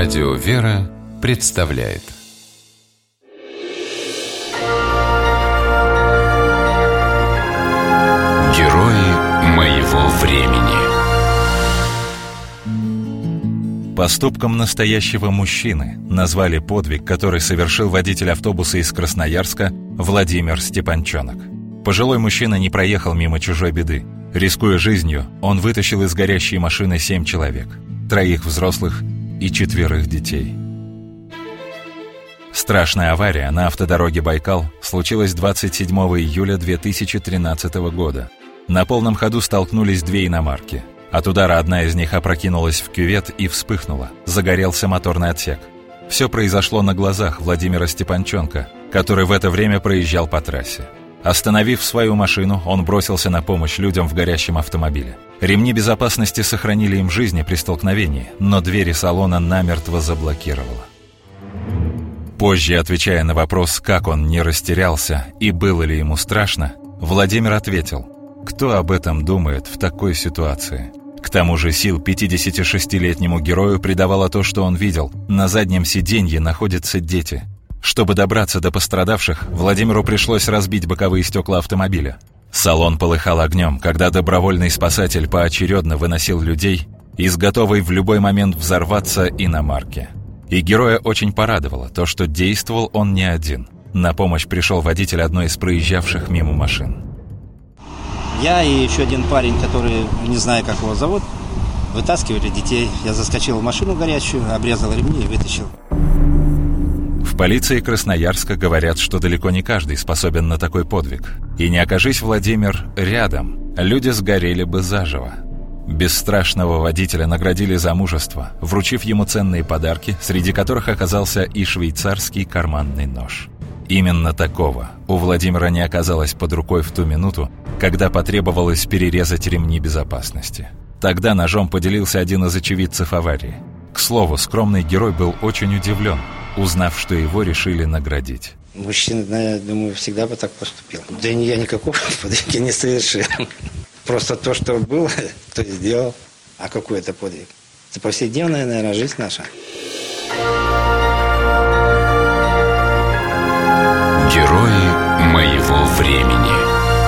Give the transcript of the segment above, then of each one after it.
Радио «Вера» представляет Герои моего времени. Поступком настоящего мужчины назвали подвиг, который совершил водитель автобуса из Красноярска Владимир Степанчонок. Пожилой мужчина не проехал мимо чужой беды. Рискуя жизнью, он вытащил из горящей машины 7 человек, 3 взрослых и 4 детей. Страшная авария на автодороге Байкал случилась 27 июля 2013 года. На полном ходу столкнулись 2 иномарки. От удара одна из них опрокинулась в кювет и вспыхнула. Загорелся моторный отсек. Все произошло на глазах Владимира Степанчонка, который в это время проезжал по трассе. Остановив свою машину, он бросился на помощь людям в горящем автомобиле. Ремни безопасности сохранили им жизни при столкновении, но двери салона намертво заблокировало. Позже, отвечая на вопрос, как он не растерялся и было ли ему страшно, Владимир ответил: «Кто об этом думает в такой ситуации?» К тому же сил 56-летнему герою придавало то, что он видел. На заднем сиденье находятся дети. Чтобы добраться до пострадавших, Владимиру пришлось разбить боковые стекла автомобиля. Салон полыхал огнем, когда добровольный спасатель поочередно выносил людей из готовой в любой момент взорваться иномарки. И героя очень порадовало то, что действовал он не один. На помощь пришел водитель одной из проезжавших мимо машин. Я и еще один парень, который, не знаю, как его зовут, вытаскивали детей. Я заскочил в машину горячую, обрезал ремни и вытащил. В полиции Красноярска говорят, что далеко не каждый способен на такой подвиг. И не окажись Владимир рядом, люди сгорели бы заживо. Бесстрашного водителя наградили за мужество, вручив ему ценные подарки, среди которых оказался и швейцарский карманный нож. Именно такого у Владимира не оказалось под рукой в ту минуту, когда потребовалось перерезать ремни безопасности. Тогда ножом поделился один из очевидцев аварии. К слову, скромный герой был очень удивлен, узнав, что его решили наградить. Мужчина, я думаю, всегда бы так поступил. Да и я никакого подвига не совершил. Просто то, что было, то и сделал. А какой это подвиг? Это повседневная, наверное, жизнь наша. Герои моего времени.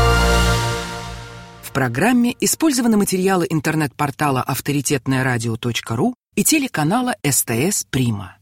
В программе использованы материалы интернет-портала авторитетное радио.ру и телеканала СТС Прима.